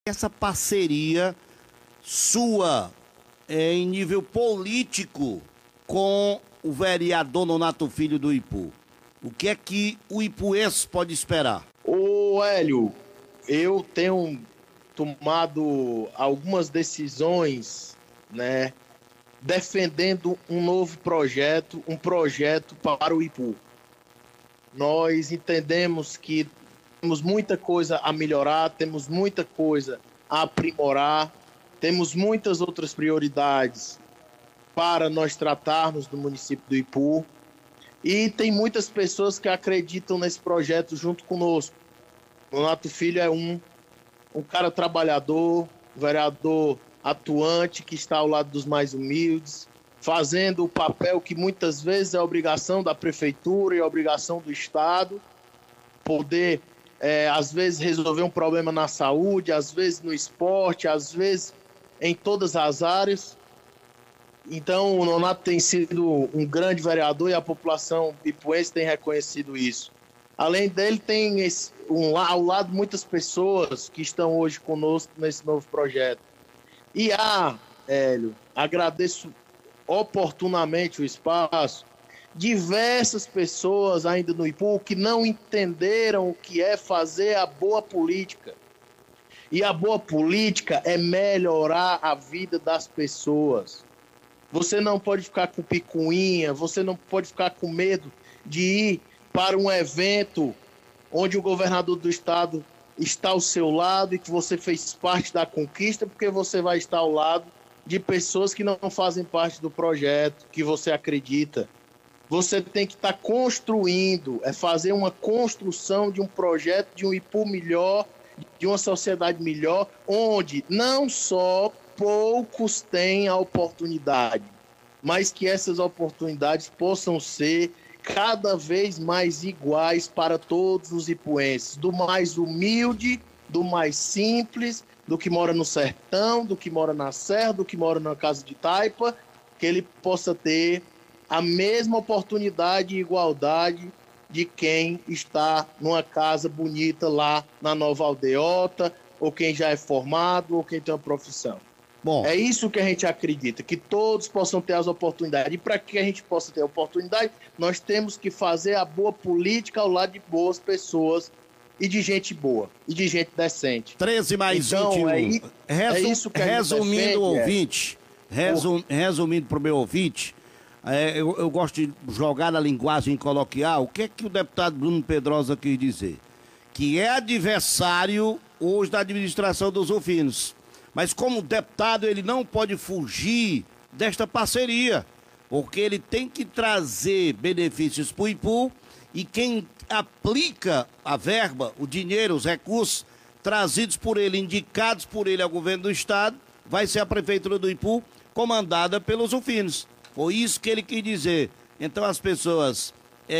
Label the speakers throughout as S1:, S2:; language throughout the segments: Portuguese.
S1: essa parceria sua em nível político com o vereador Nonato Filho do Ipu? O que é que o ipuense pode esperar?
S2: Ô Hélio, eu tenho tomado algumas decisões, né, defendendo um novo projeto, um projeto para o Ipu. Nós entendemos que temos muita coisa a melhorar, temos muita coisa a aprimorar, temos muitas outras prioridades para nós tratarmos do município do Ipu. E tem muitas pessoas que acreditam nesse projeto junto conosco. Nonato Filho é um cara trabalhador, um vereador atuante que está ao lado dos mais humildes, fazendo o papel que muitas vezes é obrigação da prefeitura e obrigação do Estado, poder, às vezes, resolver um problema na saúde, às vezes no esporte, às vezes em todas as áreas. Então, o Nonato tem sido um grande vereador e a população ipuense tem reconhecido isso. Além dele, tem ao lado muitas pessoas que estão hoje conosco nesse novo projeto. E Hélio, agradeço oportunamente o espaço, diversas pessoas ainda no Ipu que não entenderam o que é fazer a boa política. E a boa política é melhorar a vida das pessoas. Você não pode ficar com picuinha, você não pode ficar com medo de ir para um evento onde o governador do estado está ao seu lado e que você fez parte da conquista, porque você vai estar ao lado de pessoas que não fazem parte do projeto, que você acredita. Você tem que estar construindo, fazer uma construção de um projeto, de um Ipu melhor, de uma sociedade melhor, onde não só poucos têm a oportunidade, mas que essas oportunidades possam ser cada vez mais iguais para todos os ipuenses, do mais humilde, do mais simples, do que mora no sertão, do que mora na serra, do que mora na casa de taipa, que ele possa ter a mesma oportunidade e igualdade de quem está numa casa bonita lá na Nova Aldeota, ou quem já é formado, ou quem tem uma profissão.
S1: Bom,
S2: É isso que a gente acredita, que todos possam ter as oportunidades. E para que a gente possa ter oportunidade, nós temos que fazer a boa política ao lado de boas pessoas e de gente boa, e de gente decente.
S1: 13 mais
S2: então,
S1: 21.
S2: É isso que a gente
S1: Resumindo,
S2: defende,
S1: ouvinte, resumindo para o meu ouvinte, eu gosto de jogar na linguagem coloquial. O que é que o deputado Bruno Pedrosa quis dizer? Que é adversário hoje da administração dos Ufinos. Mas como deputado ele não pode fugir desta parceria, porque ele tem que trazer benefícios para o Ipu e quem aplica a verba, o dinheiro, os recursos trazidos por ele, indicados por ele ao governo do estado, vai ser a prefeitura do Ipu, comandada pelos ufinos. Foi isso que ele quis dizer. Então as pessoas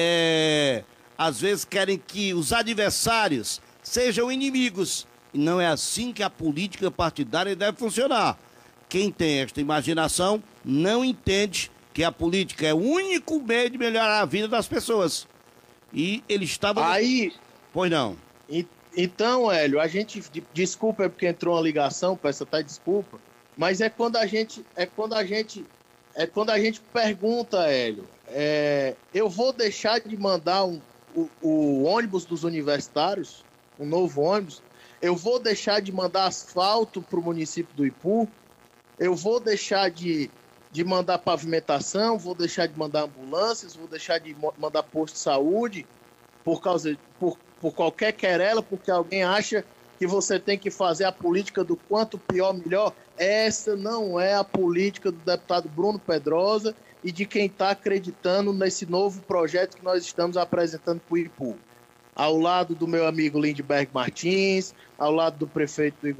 S1: às vezes querem que os adversários sejam inimigos. E não é assim que a política partidária deve funcionar. Quem tem esta imaginação não entende que a política é o único meio de melhorar a vida das pessoas. E ele estava...
S2: Aí...
S1: Pois não.
S2: Então, Hélio, a gente... Desculpa, é porque entrou uma ligação, peço até desculpa. Mas é quando a gente pergunta, Hélio, eu vou deixar de mandar o ônibus dos universitários, um novo ônibus, eu vou deixar de mandar asfalto para o município do Ipu, eu vou deixar de mandar pavimentação, vou deixar de mandar ambulâncias, vou deixar de mandar posto de saúde por qualquer querela, porque alguém acha que você tem que fazer a política do quanto pior, melhor. Essa não é a política do deputado Bruno Pedrosa e de quem está acreditando nesse novo projeto que nós estamos apresentando para o Ipu. Ao lado do meu amigo Lindbergh Martins, ao lado do prefeito do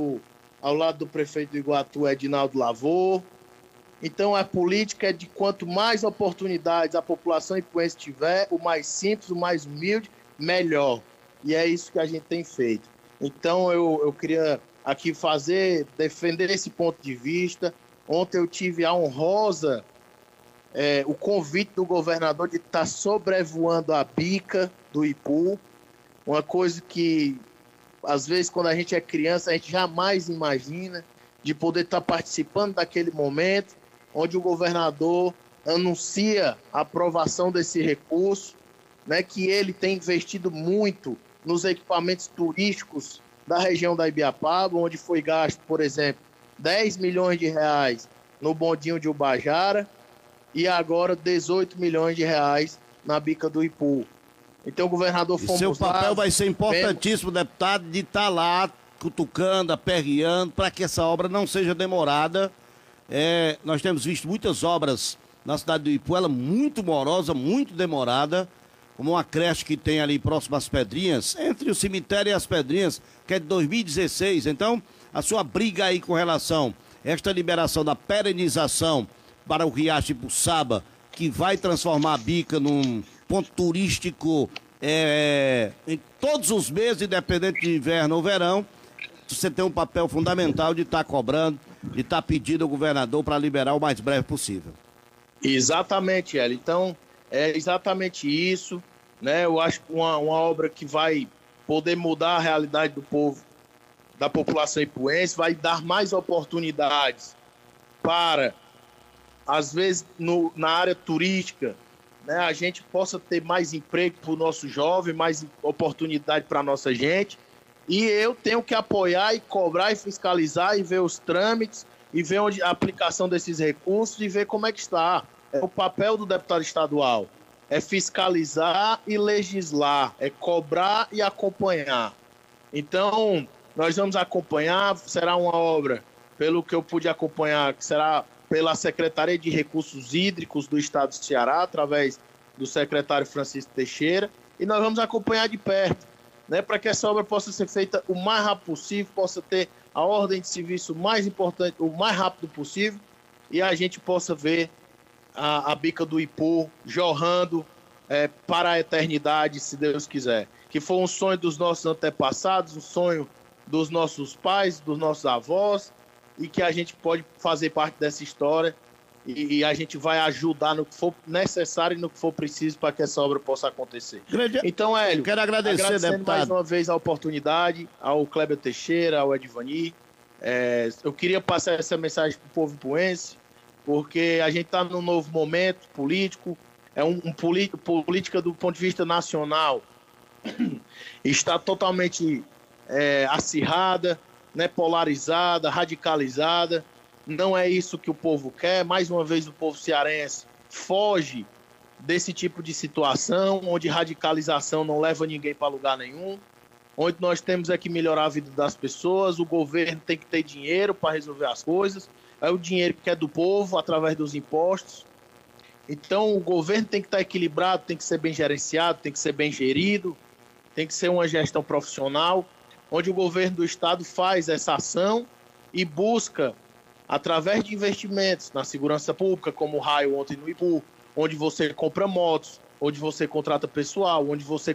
S2: Iguatu, Edinaldo Lavor. Então a política é de quanto mais oportunidades a população ipuense tiver, o mais simples, o mais humilde, melhor. E é isso que a gente tem feito. Então eu queria aqui defender esse ponto de vista. Ontem eu tive a honrosa, o convite do governador de estar sobrevoando a bica do Ipu, uma coisa que às vezes, quando a gente é criança, a gente jamais imagina de poder estar participando daquele momento onde o governador anuncia a aprovação desse recurso, né, que ele tem investido muito nos equipamentos turísticos da região da Ibiapaba, onde foi gasto, por exemplo, 10 milhões de reais no bondinho de Ubajara e agora 18 milhões de reais na bica do Ipu. Então, o governador
S1: fomos seu papel lá, vai ser importantíssimo, deputado, de estar lá cutucando, aperreando, para que essa obra não seja demorada. Nós temos visto muitas obras na cidade do Ipu, ela muito morosa, muito demorada, como uma creche que tem ali próximo às Pedrinhas, entre o cemitério e as Pedrinhas, que é de 2016. Então, a sua briga aí com relação a esta liberação da perenização para o Riacho Ipuçaba, que vai transformar a bica num ponto turístico em todos os meses, independente de inverno ou verão, você tem um papel fundamental de estar cobrando, de estar pedindo ao governador para liberar o mais breve possível.
S2: Exatamente, Hélio. Então, é exatamente isso, né? Eu acho que uma obra que vai poder mudar a realidade do povo, da população ipuense, vai dar mais oportunidades para, às vezes, na área turística, né, a gente possa ter mais emprego para o nosso jovem, mais oportunidade para a nossa gente. E eu tenho que apoiar e cobrar e fiscalizar e ver os trâmites e ver onde a aplicação desses recursos e ver como é que está. É o papel do deputado estadual. É fiscalizar e legislar, é cobrar e acompanhar. Então, nós vamos acompanhar, será uma obra, pelo que eu pude acompanhar, que será pela Secretaria de Recursos Hídricos do Estado do Ceará, através do secretário Francisco Teixeira, e nós vamos acompanhar de perto, né, para que essa obra possa ser feita o mais rápido possível, possa ter a ordem de serviço mais importante, o mais rápido possível, e a gente possa ver a bica do Ipu jorrando para a eternidade, se Deus quiser. Que foi um sonho dos nossos antepassados, um sonho dos nossos pais, dos nossos avós, e que a gente pode fazer parte dessa história e a gente vai ajudar no que for necessário e no que for preciso para que essa obra possa acontecer. Então, Hélio,
S1: quero agradecer, deputado,
S2: mais uma vez a oportunidade ao Kleber Teixeira, ao Edvani. Eu queria passar essa mensagem para o povo ipuense, porque a gente está num novo momento político, política do ponto de vista nacional está totalmente acirrada, né, polarizada, radicalizada. Não é isso que o povo quer. Mais uma vez o povo cearense foge desse tipo de situação, onde radicalização não leva ninguém para lugar nenhum, onde nós temos que melhorar a vida das pessoas, o governo tem que ter dinheiro para resolver as coisas, é o dinheiro que é do povo, através dos impostos. Então o governo tem que estar equilibrado, tem que ser bem gerenciado, tem que ser bem gerido, tem que ser uma gestão profissional, onde o governo do estado faz essa ação e busca, através de investimentos na segurança pública, como o raio ontem no Ipu, onde você compra motos, onde você contrata pessoal, onde você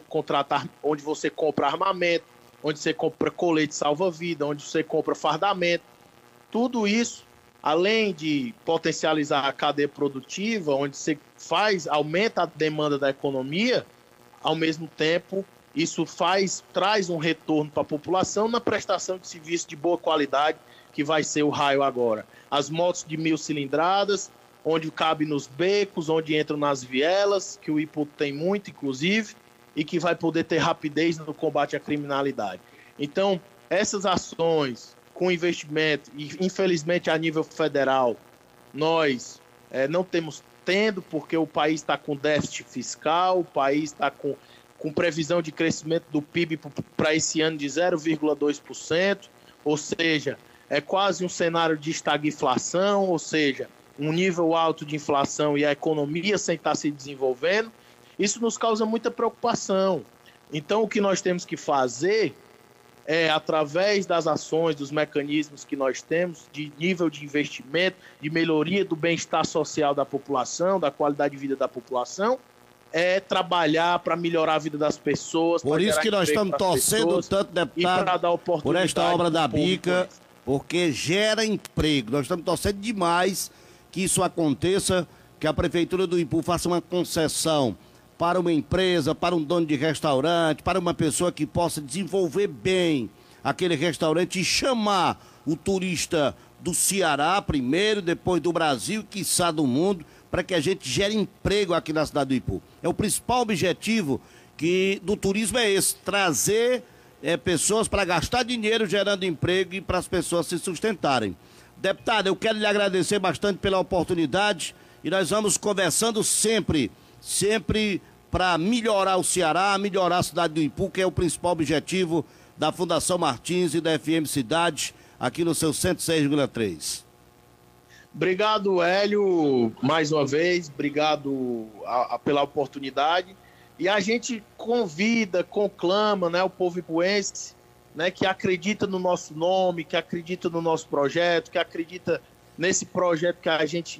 S2: compra armamento, onde você compra colete salva-vida, onde você compra fardamento. Tudo isso, além de potencializar a cadeia produtiva, onde você aumenta a demanda da economia, ao mesmo tempo isso traz um retorno para a população na prestação de serviço de boa qualidade, que vai ser o raio agora. As motos de 1000 cilindradas, onde cabe nos becos, onde entram nas vielas, que o Ipu tem muito, inclusive, e que vai poder ter rapidez no combate à criminalidade. Então, essas ações com investimento, e infelizmente a nível federal, nós não temos porque o país está com déficit fiscal, o país está com previsão de crescimento do PIB para esse ano de 0,2%, ou seja, é quase um cenário de estagflação, ou seja, um nível alto de inflação e a economia sem estar se desenvolvendo. Isso nos causa muita preocupação. Então, o que nós temos que fazer é, através das ações, dos mecanismos que nós temos, de nível de investimento, de melhoria do bem-estar social da população, da qualidade de vida da população, é trabalhar para melhorar a vida das pessoas.
S1: Por isso que nós estamos torcendo tanto, deputado, por esta obra da bica, porque gera emprego. Nós estamos torcendo demais que isso aconteça, que a Prefeitura do Ipu faça uma concessão para uma empresa, para um dono de restaurante, para uma pessoa que possa desenvolver bem aquele restaurante e chamar o turista do Ceará primeiro, depois do Brasil, quiçá do mundo, para que a gente gere emprego aqui na cidade do Ipu. É o principal objetivo do turismo é esse, trazer pessoas para gastar dinheiro gerando emprego e para as pessoas se sustentarem. Deputado, eu quero lhe agradecer bastante pela oportunidade e nós vamos conversando sempre para melhorar o Ceará, melhorar a cidade do Ipu, que é o principal objetivo da Fundação Martins e da FM Cidade, aqui no seu 106,3.
S2: Obrigado, Hélio, mais uma vez, obrigado pela oportunidade. E a gente convida, conclama, né, o povo ipuense, né, que acredita no nosso nome, que acredita no nosso projeto, que acredita nesse projeto que a gente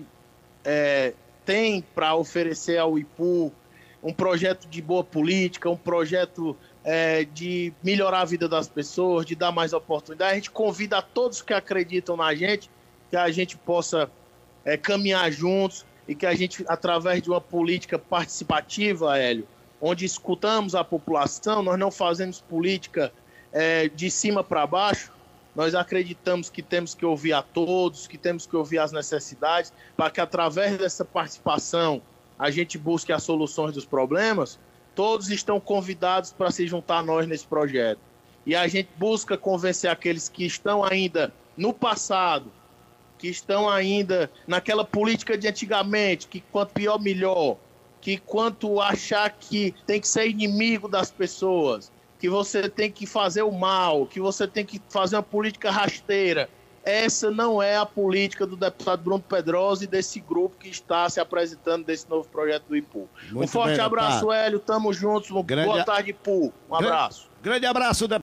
S2: tem para oferecer ao Ipu, um projeto de boa política, um projeto de melhorar a vida das pessoas, de dar mais oportunidade. A gente convida a todos que acreditam na gente, que a gente possa caminhar juntos e que a gente, através de uma política participativa, Hélio, onde escutamos a população, nós não fazemos política de cima para baixo, nós acreditamos que temos que ouvir a todos, que temos que ouvir as necessidades, para que através dessa participação a gente busque as soluções dos problemas. Todos estão convidados para se juntar a nós nesse projeto. E a gente busca convencer aqueles que estão ainda no passado, que estão ainda naquela política de antigamente, que quanto pior, melhor, que quanto achar que tem que ser inimigo das pessoas, que você tem que fazer o mal, que você tem que fazer uma política rasteira. Essa não é a política do deputado Bruno Pedrosa e desse grupo que está se apresentando desse novo projeto do Ipu. Um forte abraço, Hélio. Tamo juntos. Boa tarde, Ipu. Um abraço.
S1: Grande abraço, deputado.